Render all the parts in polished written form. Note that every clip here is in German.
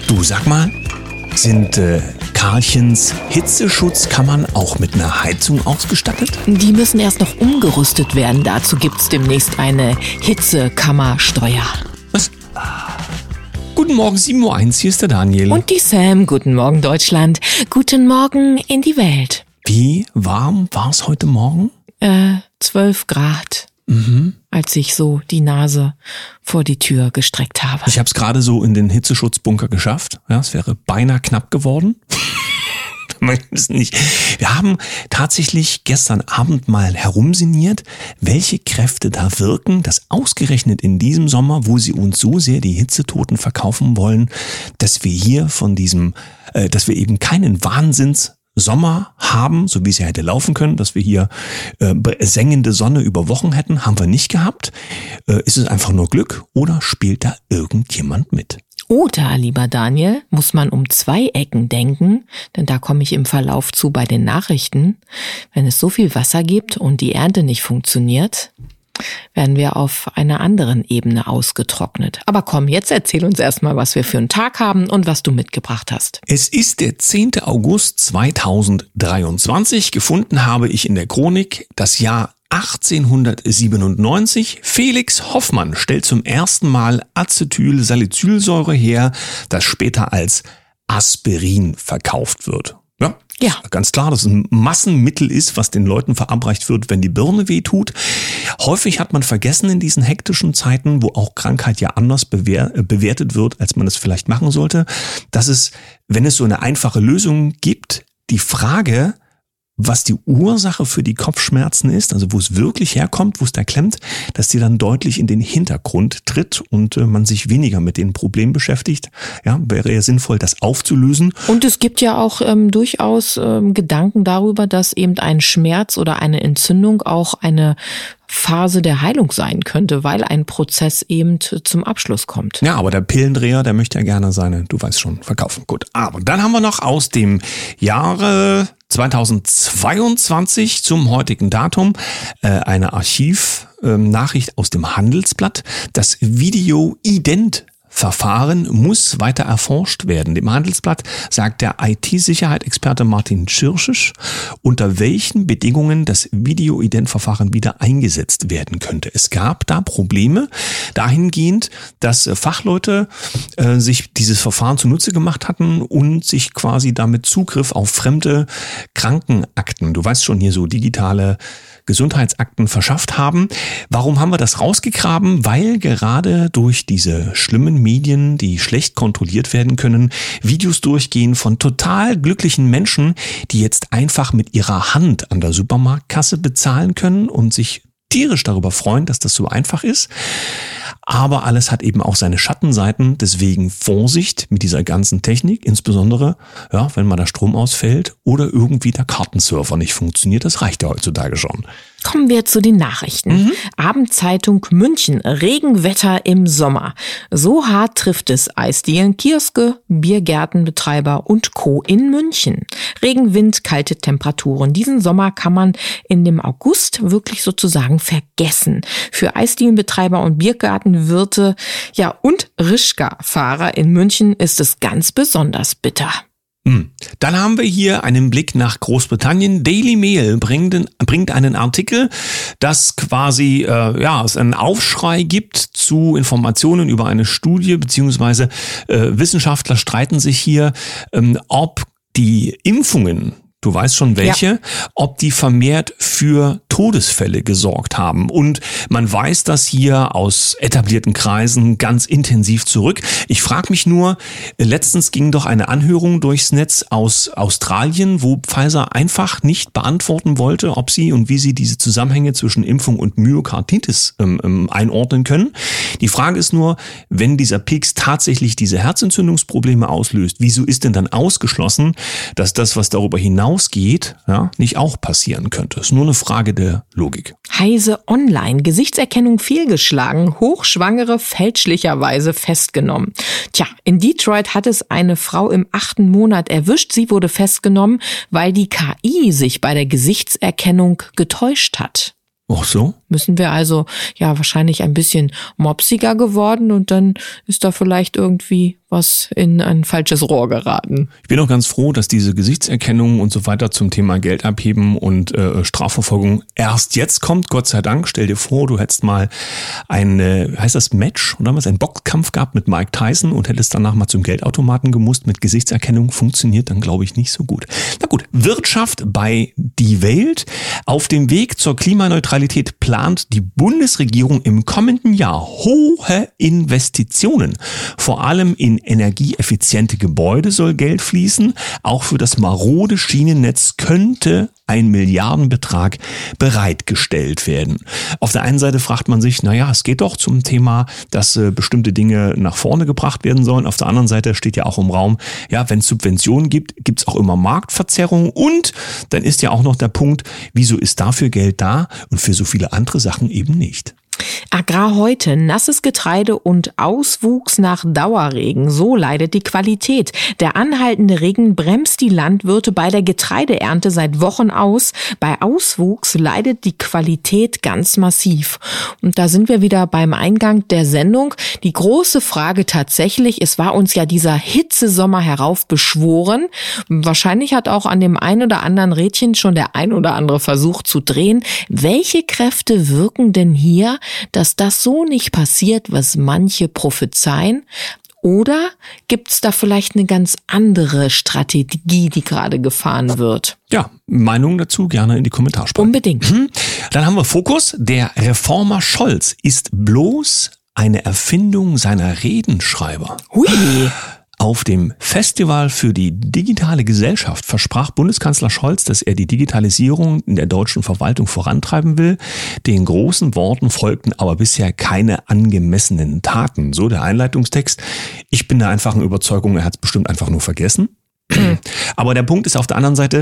Du, sag mal, sind Karlchens Hitzeschutzkammern auch mit einer Heizung ausgestattet? Die müssen erst noch umgerüstet werden. Dazu gibt's demnächst eine Hitzekammersteuer. Was? Guten Morgen, 7:01 Uhr, hier ist der Daniel. Und die Sam. Guten Morgen, Deutschland. Guten Morgen in die Welt. Wie warm war es heute Morgen? 12 Grad. Als ich so die Nase vor die Tür gestreckt habe. Ich habe es gerade so in den Hitzeschutzbunker geschafft. Ja, es wäre beinahe knapp geworden. Wir haben tatsächlich gestern Abend mal herumsinniert, welche Kräfte da wirken, dass ausgerechnet in diesem Sommer, wo sie uns so sehr die Hitzetoten verkaufen wollen, dass wir hier dass wir eben keinen Sommer haben, so wie es ja hätte laufen können, dass wir hier sengende Sonne über Wochen hätten, haben wir nicht gehabt. Ist es einfach nur Glück oder spielt da irgendjemand mit? Oder, lieber Daniel, muss man um 2 Ecken denken, denn da komme ich im Verlauf zu bei den Nachrichten. Wenn es so viel Wasser gibt und die Ernte nicht funktioniert, werden wir auf einer anderen Ebene ausgetrocknet. Aber komm, jetzt erzähl uns erstmal, was wir für einen Tag haben und was du mitgebracht hast. Es ist der 10. August 2023. Gefunden habe ich in der Chronik das Jahr 1897. Felix Hoffmann stellt zum ersten Mal Acetylsalicylsäure her, das später als Aspirin verkauft wird. Ja, ganz klar, dass es ein Massenmittel ist, was den Leuten verabreicht wird, wenn die Birne wehtut. Häufig hat man vergessen in diesen hektischen Zeiten, wo auch Krankheit ja anders bewertet wird, als man es vielleicht machen sollte, dass es, wenn es so eine einfache Lösung gibt, die Frage, was die Ursache für die Kopfschmerzen ist, also wo es wirklich herkommt, wo es da klemmt, dass die dann deutlich in den Hintergrund tritt und man sich weniger mit den Problemen beschäftigt. Ja, wäre ja sinnvoll, das aufzulösen. Und es gibt ja auch durchaus Gedanken darüber, dass eben ein Schmerz oder eine Entzündung auch eine Phase der Heilung sein könnte, weil ein Prozess eben zum Abschluss kommt. Ja, aber der Pillendreher, der möchte ja gerne seine, du weißt schon, verkaufen. Gut, aber dann haben wir noch aus dem Jahre 2022 zum heutigen Datum eine Archivnachricht aus dem Handelsblatt. Das Video-Ident-Verfahren muss weiter erforscht werden. Dem Handelsblatt sagt der IT-Sicherheit-Experte Martin Tschirsch, unter welchen Bedingungen das Video-Ident-Verfahren wieder eingesetzt werden könnte. Es gab da Probleme dahingehend, dass Fachleute sich dieses Verfahren zunutze gemacht hatten und sich quasi damit Zugriff auf fremde Krankenakten, du weißt schon, hier so digitale Gesundheitsakten verschafft haben. Warum haben wir das rausgegraben? Weil gerade durch diese schlimmen Medien, die schlecht kontrolliert werden können, Videos durchgehen von total glücklichen Menschen, die jetzt einfach mit ihrer Hand an der Supermarktkasse bezahlen können und sich tierisch darüber freuen, dass das so einfach ist. Aber alles hat eben auch seine Schattenseiten, deswegen Vorsicht mit dieser ganzen Technik, insbesondere wenn mal der Strom ausfällt oder irgendwie der Kartensurfer nicht funktioniert, das reicht ja heutzutage schon. Kommen wir zu den Nachrichten. Abendzeitung München, Regenwetter im Sommer. So hart trifft es Eisdielen, Kioske, Biergärtenbetreiber und Co. in München. Regenwind, kalte Temperaturen. Diesen Sommer kann man in dem August wirklich sozusagen vergessen. Für Eisdielenbetreiber und Biergartenwirte, und Rischka-Fahrer in München ist es ganz besonders bitter. Dann haben wir hier einen Blick nach Großbritannien. Daily Mail bringt einen Artikel, dass quasi es einen Aufschrei gibt zu Informationen über eine Studie, beziehungsweise Wissenschaftler streiten sich hier, ob die Impfungen, du weißt schon welche, ob die vermehrt für Todesfälle gesorgt haben. Und man weiß das hier aus etablierten Kreisen ganz intensiv zurück. Ich frage mich nur, letztens ging doch eine Anhörung durchs Netz aus Australien, wo Pfizer einfach nicht beantworten wollte, ob sie und wie sie diese Zusammenhänge zwischen Impfung und Myokarditis einordnen können. Die Frage ist nur, wenn dieser Pieks tatsächlich diese Herzentzündungsprobleme auslöst, wieso ist denn dann ausgeschlossen, dass das, was darüber hinausgeht, nicht auch passieren könnte? Das ist nur eine Frage der Logik. Heise Online. Gesichtserkennung fehlgeschlagen. Hochschwangere fälschlicherweise festgenommen. In Detroit hat es eine Frau im 8. Monat erwischt. Sie wurde festgenommen, weil die KI sich bei der Gesichtserkennung getäuscht hat. Ach so? Müssen wir also ja wahrscheinlich ein bisschen mopsiger geworden und dann ist da vielleicht irgendwie was in ein falsches Rohr geraten. Ich bin auch ganz froh, dass diese Gesichtserkennung und so weiter zum Thema Geld abheben und Strafverfolgung erst jetzt kommt, Gott sei Dank. Stell dir vor, du hättest mal heißt das Match oder damals einen Boxkampf gehabt mit Mike Tyson und hättest danach mal zum Geldautomaten gemusst mit Gesichtserkennung. Funktioniert dann, glaube ich, nicht so gut. Na gut, Wirtschaft bei Die Welt. Auf dem Weg zur Klimaneutralität plant die Bundesregierung im kommenden Jahr hohe Investitionen. Vor allem in energieeffiziente Gebäude soll Geld fließen. Auch für das marode Schienennetz könnte ein Milliardenbetrag bereitgestellt werden. Auf der einen Seite fragt man sich, naja, es geht doch zum Thema, dass bestimmte Dinge nach vorne gebracht werden sollen. Auf der anderen Seite steht ja auch im Raum, ja, wenn es Subventionen gibt, gibt es auch immer Marktverzerrungen. Und dann ist ja auch noch der Punkt, wieso ist dafür Geld da und für so viele andere Sachen eben nicht? Agrar heute, nasses Getreide und Auswuchs nach Dauerregen. So leidet die Qualität. Der anhaltende Regen bremst die Landwirte bei der Getreideernte seit Wochen aus. Bei Auswuchs leidet die Qualität ganz massiv. Und da sind wir wieder beim Eingang der Sendung. Die große Frage tatsächlich, es war uns ja dieser Hitzesommer heraufbeschworen. Wahrscheinlich hat auch an dem ein oder anderen Rädchen schon der ein oder andere versucht zu drehen. Welche Kräfte wirken denn hier, dass das so nicht passiert, was manche prophezeien? Oder gibt es da vielleicht eine ganz andere Strategie, die gerade gefahren wird? Ja, Meinungen dazu gerne in die Kommentarspalten. Unbedingt. Dann haben wir Fokus. Der Reformer Scholz ist bloß eine Erfindung seiner Redenschreiber. Hui. Auf dem Festival für die digitale Gesellschaft versprach Bundeskanzler Scholz, dass er die Digitalisierung in der deutschen Verwaltung vorantreiben will. Den großen Worten folgten aber bisher keine angemessenen Taten. So der Einleitungstext. Ich bin der einfachen Überzeugung, er hat es bestimmt einfach nur vergessen. Aber der Punkt ist auf der anderen Seite,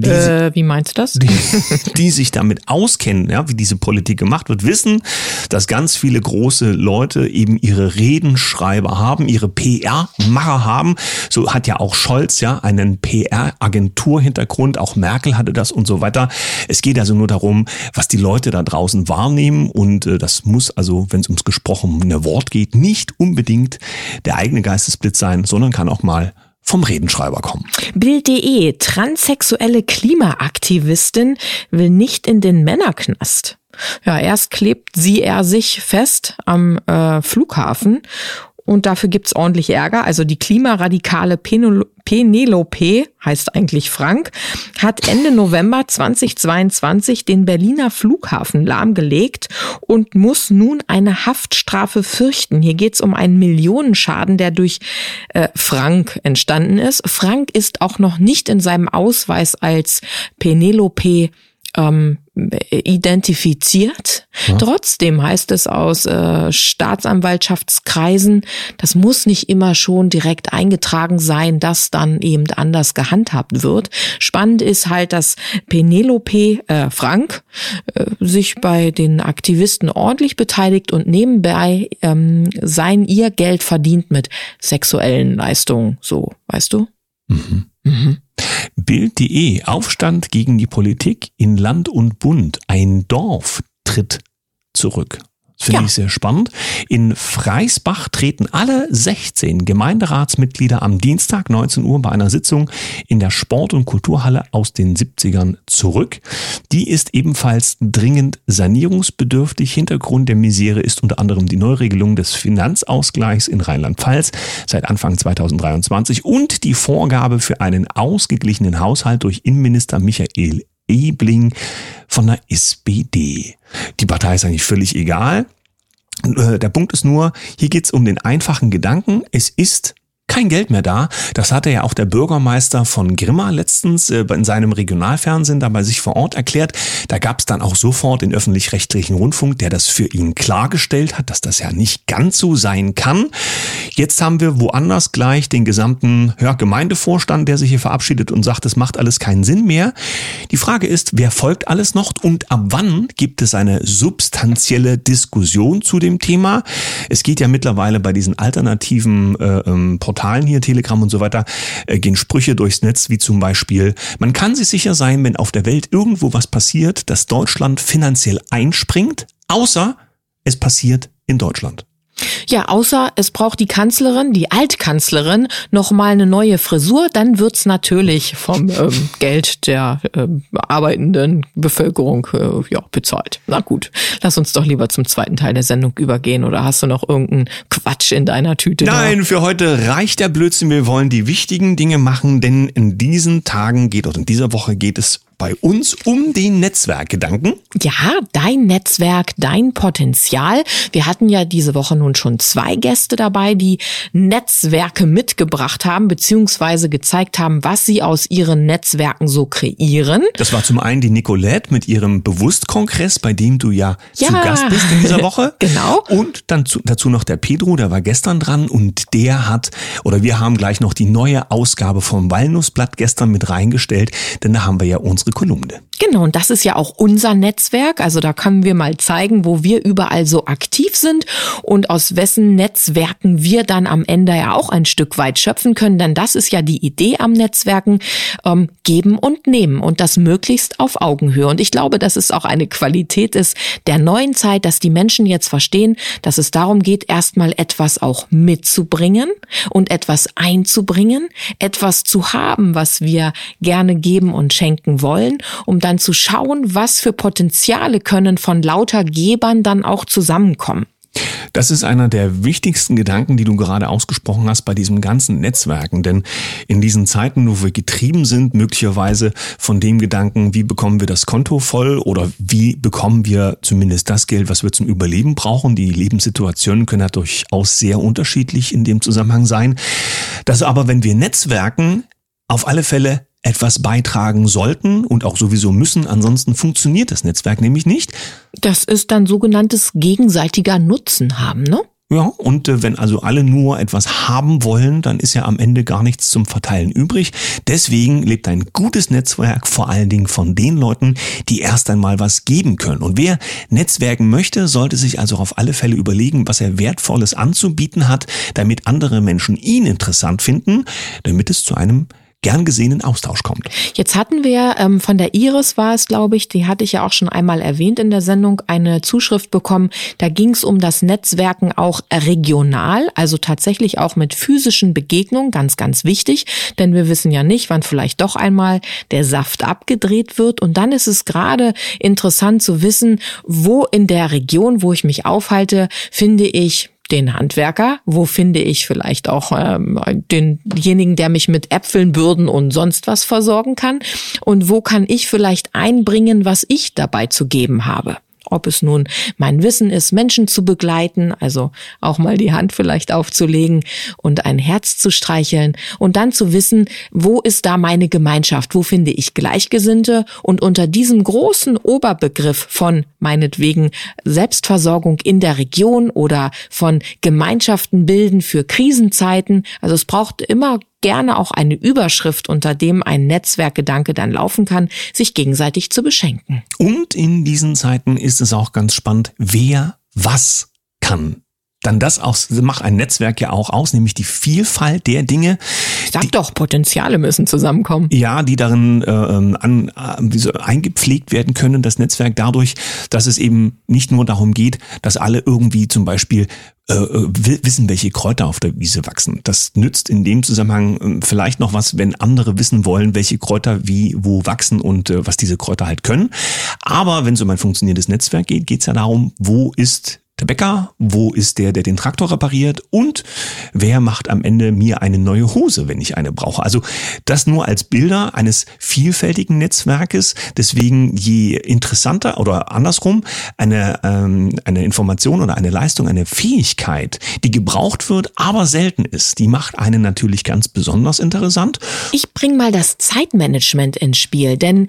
wie meinst du das? Die sich damit auskennen, ja, wie diese Politik gemacht wird, wissen, dass ganz viele große Leute eben ihre Redenschreiber haben, ihre PR-Macher haben. So hat ja auch Scholz ja einen PR-Agentur-Hintergrund, auch Merkel hatte das und so weiter. Es geht also nur darum, was die Leute da draußen wahrnehmen und das muss also, wenn es ums gesprochene Wort geht, nicht unbedingt der eigene Geistesblitz sein, sondern kann auch mal vom Redenschreiber kommen. Bild.de, transsexuelle Klimaaktivistin will nicht in den Männerknast. Ja, erst klebt er sich fest am Flughafen und dafür gibt's ordentlich Ärger. Also die klimaradikale Penelope, heißt eigentlich Frank, hat Ende November 2022 den Berliner Flughafen lahmgelegt und muss nun eine Haftstrafe fürchten. Hier geht's um einen Millionenschaden, der durch Frank entstanden ist. Frank ist auch noch nicht in seinem Ausweis als Penelope identifiziert. Ja. Trotzdem heißt es aus Staatsanwaltschaftskreisen, das muss nicht immer schon direkt eingetragen sein, dass dann eben anders gehandhabt wird. Spannend ist halt, dass Penelope Frank sich bei den Aktivisten ordentlich beteiligt und nebenbei ihr Geld verdient mit sexuellen Leistungen. So, weißt du? Mhm. Mhm. Bild.de, Aufstand gegen die Politik in Land und Bund. Ein Dorf tritt zurück. Das finde ich sehr spannend. In Freisbach treten alle 16 Gemeinderatsmitglieder am Dienstag 19 Uhr bei einer Sitzung in der Sport- und Kulturhalle aus den 70ern zurück. Die ist ebenfalls dringend sanierungsbedürftig. Hintergrund der Misere ist unter anderem die Neuregelung des Finanzausgleichs in Rheinland-Pfalz seit Anfang 2023 und die Vorgabe für einen ausgeglichenen Haushalt durch Innenminister Michael Ebling von der SPD. Die Partei ist eigentlich völlig egal. Der Punkt ist nur, hier geht es um den einfachen Gedanken, es ist kein Geld mehr da. Das hatte ja auch der Bürgermeister von Grimma letztens in seinem Regionalfernsehen da bei sich vor Ort erklärt. Da gab es dann auch sofort den öffentlich-rechtlichen Rundfunk, der das für ihn klargestellt hat, dass das ja nicht ganz so sein kann. Jetzt haben wir woanders gleich den gesamten Gemeindevorstand, der sich hier verabschiedet und sagt, es macht alles keinen Sinn mehr. Die Frage ist, wer folgt alles noch und ab wann gibt es eine substanzielle Diskussion zu dem Thema? Es geht ja mittlerweile bei diesen alternativen Portalen hier, Telegram und so weiter, gehen Sprüche durchs Netz, wie zum Beispiel, man kann sich sicher sein, wenn auf der Welt irgendwo was passiert, dass Deutschland finanziell einspringt, außer es passiert in Deutschland. Ja, außer es braucht die Kanzlerin, die Altkanzlerin, noch mal eine neue Frisur, dann wird's natürlich vom Geld der arbeitenden Bevölkerung bezahlt. Na gut, lass uns doch lieber zum zweiten Teil der Sendung übergehen, oder hast du noch irgendeinen Quatsch in deiner Tüte? Nein, für heute reicht der Blödsinn. Wir wollen die wichtigen Dinge machen, denn in diesen Tagen in dieser Woche geht es bei uns um den Netzwerkgedanken. Ja, dein Netzwerk, dein Potenzial. Wir hatten ja diese Woche nun schon 2 Gäste dabei, die Netzwerke mitgebracht haben, beziehungsweise gezeigt haben, was sie aus ihren Netzwerken so kreieren. Das war zum einen die Nicolette mit ihrem Bewusst-Kongress, bei dem du ja zu Gast bist in dieser Woche. Genau. Und dann dazu noch der Pedro, der war gestern dran und wir haben gleich noch die neue Ausgabe vom Walnussblatt gestern mit reingestellt, denn da haben wir ja unsere Kolumne. Genau, und das ist ja auch unser Netzwerk. Also da können wir mal zeigen, wo wir überall so aktiv sind und aus wessen Netzwerken wir dann am Ende ja auch ein Stück weit schöpfen können. Denn das ist ja die Idee am Netzwerken, geben und nehmen und das möglichst auf Augenhöhe. Und ich glaube, dass es auch eine Qualität ist der neuen Zeit, dass die Menschen jetzt verstehen, dass es darum geht, erstmal etwas auch mitzubringen und etwas einzubringen, etwas zu haben, was wir gerne geben und schenken wollen, um dann zu schauen, was für Potenziale können von lauter Gebern dann auch zusammenkommen. Das ist einer der wichtigsten Gedanken, die du gerade ausgesprochen hast bei diesem ganzen Netzwerken. Denn in diesen Zeiten, wo wir getrieben sind, möglicherweise von dem Gedanken, wie bekommen wir das Konto voll oder wie bekommen wir zumindest das Geld, was wir zum Überleben brauchen. Die Lebenssituationen können ja durchaus sehr unterschiedlich in dem Zusammenhang sein. Dass aber, wenn wir netzwerken, auf alle Fälle etwas beitragen sollten und auch sowieso müssen, ansonsten funktioniert das Netzwerk nämlich nicht. Das ist dann sogenanntes gegenseitiger Nutzen haben, ne? Ja, und wenn also alle nur etwas haben wollen, dann ist ja am Ende gar nichts zum Verteilen übrig. Deswegen lebt ein gutes Netzwerk vor allen Dingen von den Leuten, die erst einmal was geben können. Und wer netzwerken möchte, sollte sich also auf alle Fälle überlegen, was er Wertvolles anzubieten hat, damit andere Menschen ihn interessant finden, damit es zu einem gern gesehenen Austausch kommt. Jetzt hatten wir von der Iris, war es glaube ich, die hatte ich ja auch schon einmal erwähnt in der Sendung, eine Zuschrift bekommen. Da ging es um das Netzwerken auch regional, also tatsächlich auch mit physischen Begegnungen, ganz, ganz wichtig. Denn wir wissen ja nicht, wann vielleicht doch einmal der Saft abgedreht wird. Und dann ist es gerade interessant zu wissen, wo in der Region, wo ich mich aufhalte, finde ich den Handwerker, wo finde ich vielleicht auch denjenigen, der mich mit Äpfeln, Birnen und sonst was versorgen kann, und wo kann ich vielleicht einbringen, was ich dabei zu geben habe. Ob es nun mein Wissen ist, Menschen zu begleiten, also auch mal die Hand vielleicht aufzulegen und ein Herz zu streicheln und dann zu wissen, wo ist da meine Gemeinschaft, wo finde ich Gleichgesinnte, und unter diesem großen Oberbegriff von meinetwegen Selbstversorgung in der Region oder von Gemeinschaften bilden für Krisenzeiten, also es braucht immer gerne auch eine Überschrift, unter dem ein Netzwerkgedanke dann laufen kann, sich gegenseitig zu beschenken. Und in diesen Zeiten ist es auch ganz spannend, wer was kann. Dann macht ein Netzwerk ja auch aus, nämlich die Vielfalt der Dinge. Sag doch, Potenziale müssen zusammenkommen. Ja, die darin eingepflegt werden können, das Netzwerk, dadurch, dass es eben nicht nur darum geht, dass alle irgendwie zum Beispiel wissen, welche Kräuter auf der Wiese wachsen. Das nützt in dem Zusammenhang vielleicht noch was, wenn andere wissen wollen, welche Kräuter wie wo wachsen und was diese Kräuter halt können. Aber wenn es um ein funktionierendes Netzwerk geht, geht es ja darum, wo ist der Bäcker, wo ist der den Traktor repariert und wer macht am Ende mir eine neue Hose, wenn ich eine brauche. Also das nur als Bilder eines vielfältigen Netzwerkes. Deswegen je interessanter oder andersrum eine Information oder eine Leistung, eine Fähigkeit, die gebraucht wird, aber selten ist, die macht einen natürlich ganz besonders interessant. Ich bringe mal das Zeitmanagement ins Spiel, denn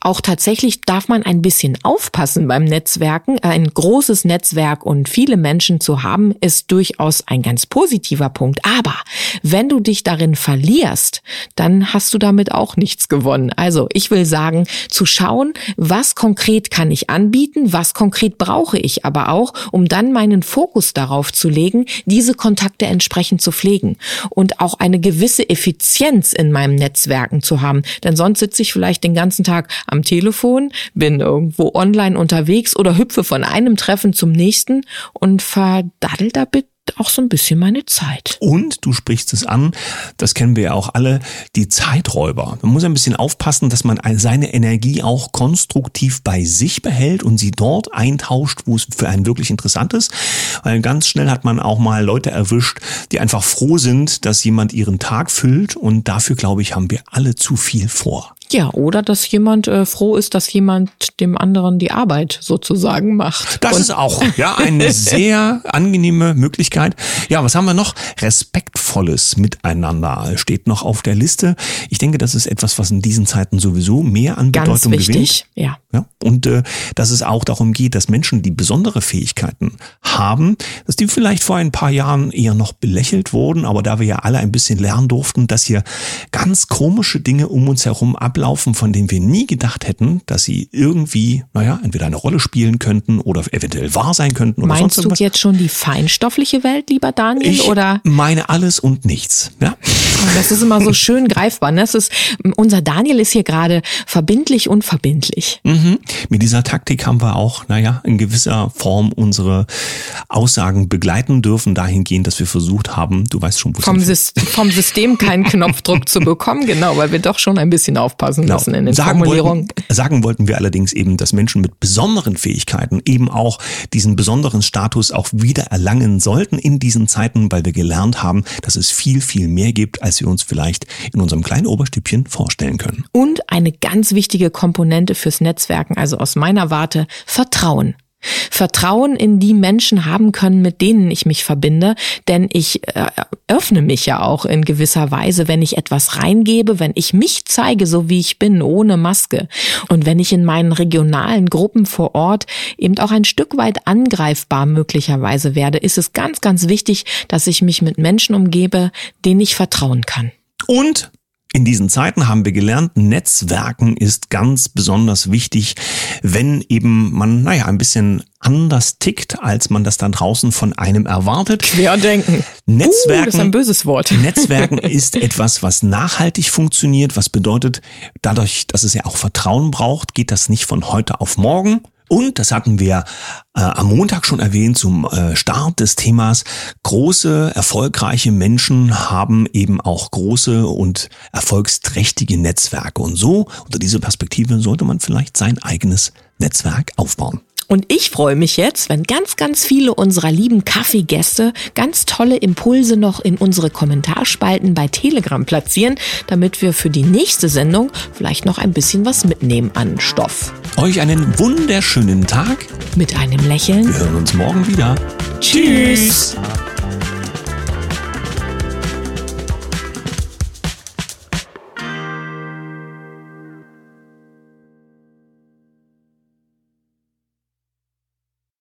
auch tatsächlich darf man ein bisschen aufpassen beim Netzwerken. Ein großes Netzwerk und viele Menschen zu haben, ist durchaus ein ganz positiver Punkt. Aber wenn du dich darin verlierst, dann hast du damit auch nichts gewonnen. Also ich will sagen, zu schauen, was konkret kann ich anbieten, was konkret brauche ich aber auch, um dann meinen Fokus darauf zu legen, diese Kontakte entsprechend zu pflegen und auch eine gewisse Effizienz in meinem Netzwerken zu haben. Denn sonst sitze ich vielleicht den ganzen Tag am Telefon, bin irgendwo online unterwegs oder hüpfe von einem Treffen zum nächsten und verdaddel damit auch so ein bisschen meine Zeit. Und du sprichst es an, das kennen wir ja auch alle, die Zeiträuber. Man muss ein bisschen aufpassen, dass man seine Energie auch konstruktiv bei sich behält und sie dort eintauscht, wo es für einen wirklich interessant ist. Weil ganz schnell hat man auch mal Leute erwischt, die einfach froh sind, dass jemand ihren Tag füllt, und dafür, glaube ich, haben wir alle zu viel vor. Ja, oder dass jemand froh ist, dass jemand dem anderen die Arbeit sozusagen macht. Das ist auch eine sehr angenehme Möglichkeit. Ja, was haben wir noch? Respektvolles Miteinander steht noch auf der Liste. Ich denke, das ist etwas, was in diesen Zeiten sowieso mehr an Bedeutung gewinnt. Ganz wichtig, ja. Und dass es auch darum geht, dass Menschen, die besondere Fähigkeiten haben, dass die vielleicht vor ein paar Jahren eher noch belächelt wurden, aber da wir ja alle ein bisschen lernen durften, dass hier ganz komische Dinge um uns herum ablaufen, von denen wir nie gedacht hätten, dass sie irgendwie, entweder eine Rolle spielen könnten oder eventuell wahr sein könnten oder Meinst sonst irgendwas. Meinst du jetzt schon die feinstoffliche Welt, lieber Daniel? Ich meine alles und nichts. Ja? Das ist immer so schön greifbar. Ne? Unser Daniel ist hier gerade verbindlich und verbindlich. Mit dieser Taktik haben wir auch, in gewisser Form unsere Aussagen begleiten dürfen, dahingehend, dass wir versucht haben, du weißt schon, wo vom System keinen Knopfdruck zu bekommen, genau, weil wir doch schon ein bisschen aufpassen müssen in den Formulierungen. Sagen wollten wir allerdings eben, dass Menschen mit besonderen Fähigkeiten eben auch diesen besonderen Status auch wieder erlangen sollten in diesen Zeiten, weil wir gelernt haben, dass es viel, viel mehr gibt, als wir uns vielleicht in unserem kleinen Oberstübchen vorstellen können. Und eine ganz wichtige Komponente fürs Netzwerken, also aus meiner Warte, Vertrauen. Vertrauen in die Menschen haben können, mit denen ich mich verbinde, denn ich öffne mich ja auch in gewisser Weise, wenn ich etwas reingebe, wenn ich mich zeige, so wie ich bin, ohne Maske, und wenn ich in meinen regionalen Gruppen vor Ort eben auch ein Stück weit angreifbar möglicherweise werde, ist es ganz, ganz wichtig, dass ich mich mit Menschen umgebe, denen ich vertrauen kann. Und in diesen Zeiten haben wir gelernt, Netzwerken ist ganz besonders wichtig, wenn eben man, ein bisschen anders tickt, als man das dann draußen von einem erwartet. Querdenken. Netzwerken, das ist ein böses Wort. Netzwerken ist etwas, was nachhaltig funktioniert, was bedeutet, dadurch, dass es ja auch Vertrauen braucht, geht das nicht von heute auf morgen. Und, das hatten wir am Montag schon erwähnt, zum Start des Themas, große, erfolgreiche Menschen haben eben auch große und erfolgsträchtige Netzwerke. Und so, unter dieser Perspektive, sollte man vielleicht sein eigenes Netzwerk aufbauen. Und ich freue mich jetzt, wenn ganz, ganz viele unserer lieben Kaffeegäste ganz tolle Impulse noch in unsere Kommentarspalten bei Telegram platzieren, damit wir für die nächste Sendung vielleicht noch ein bisschen was mitnehmen an Stoff. Euch einen wunderschönen Tag. Mit einem Lächeln. Wir hören uns morgen wieder. Tschüss.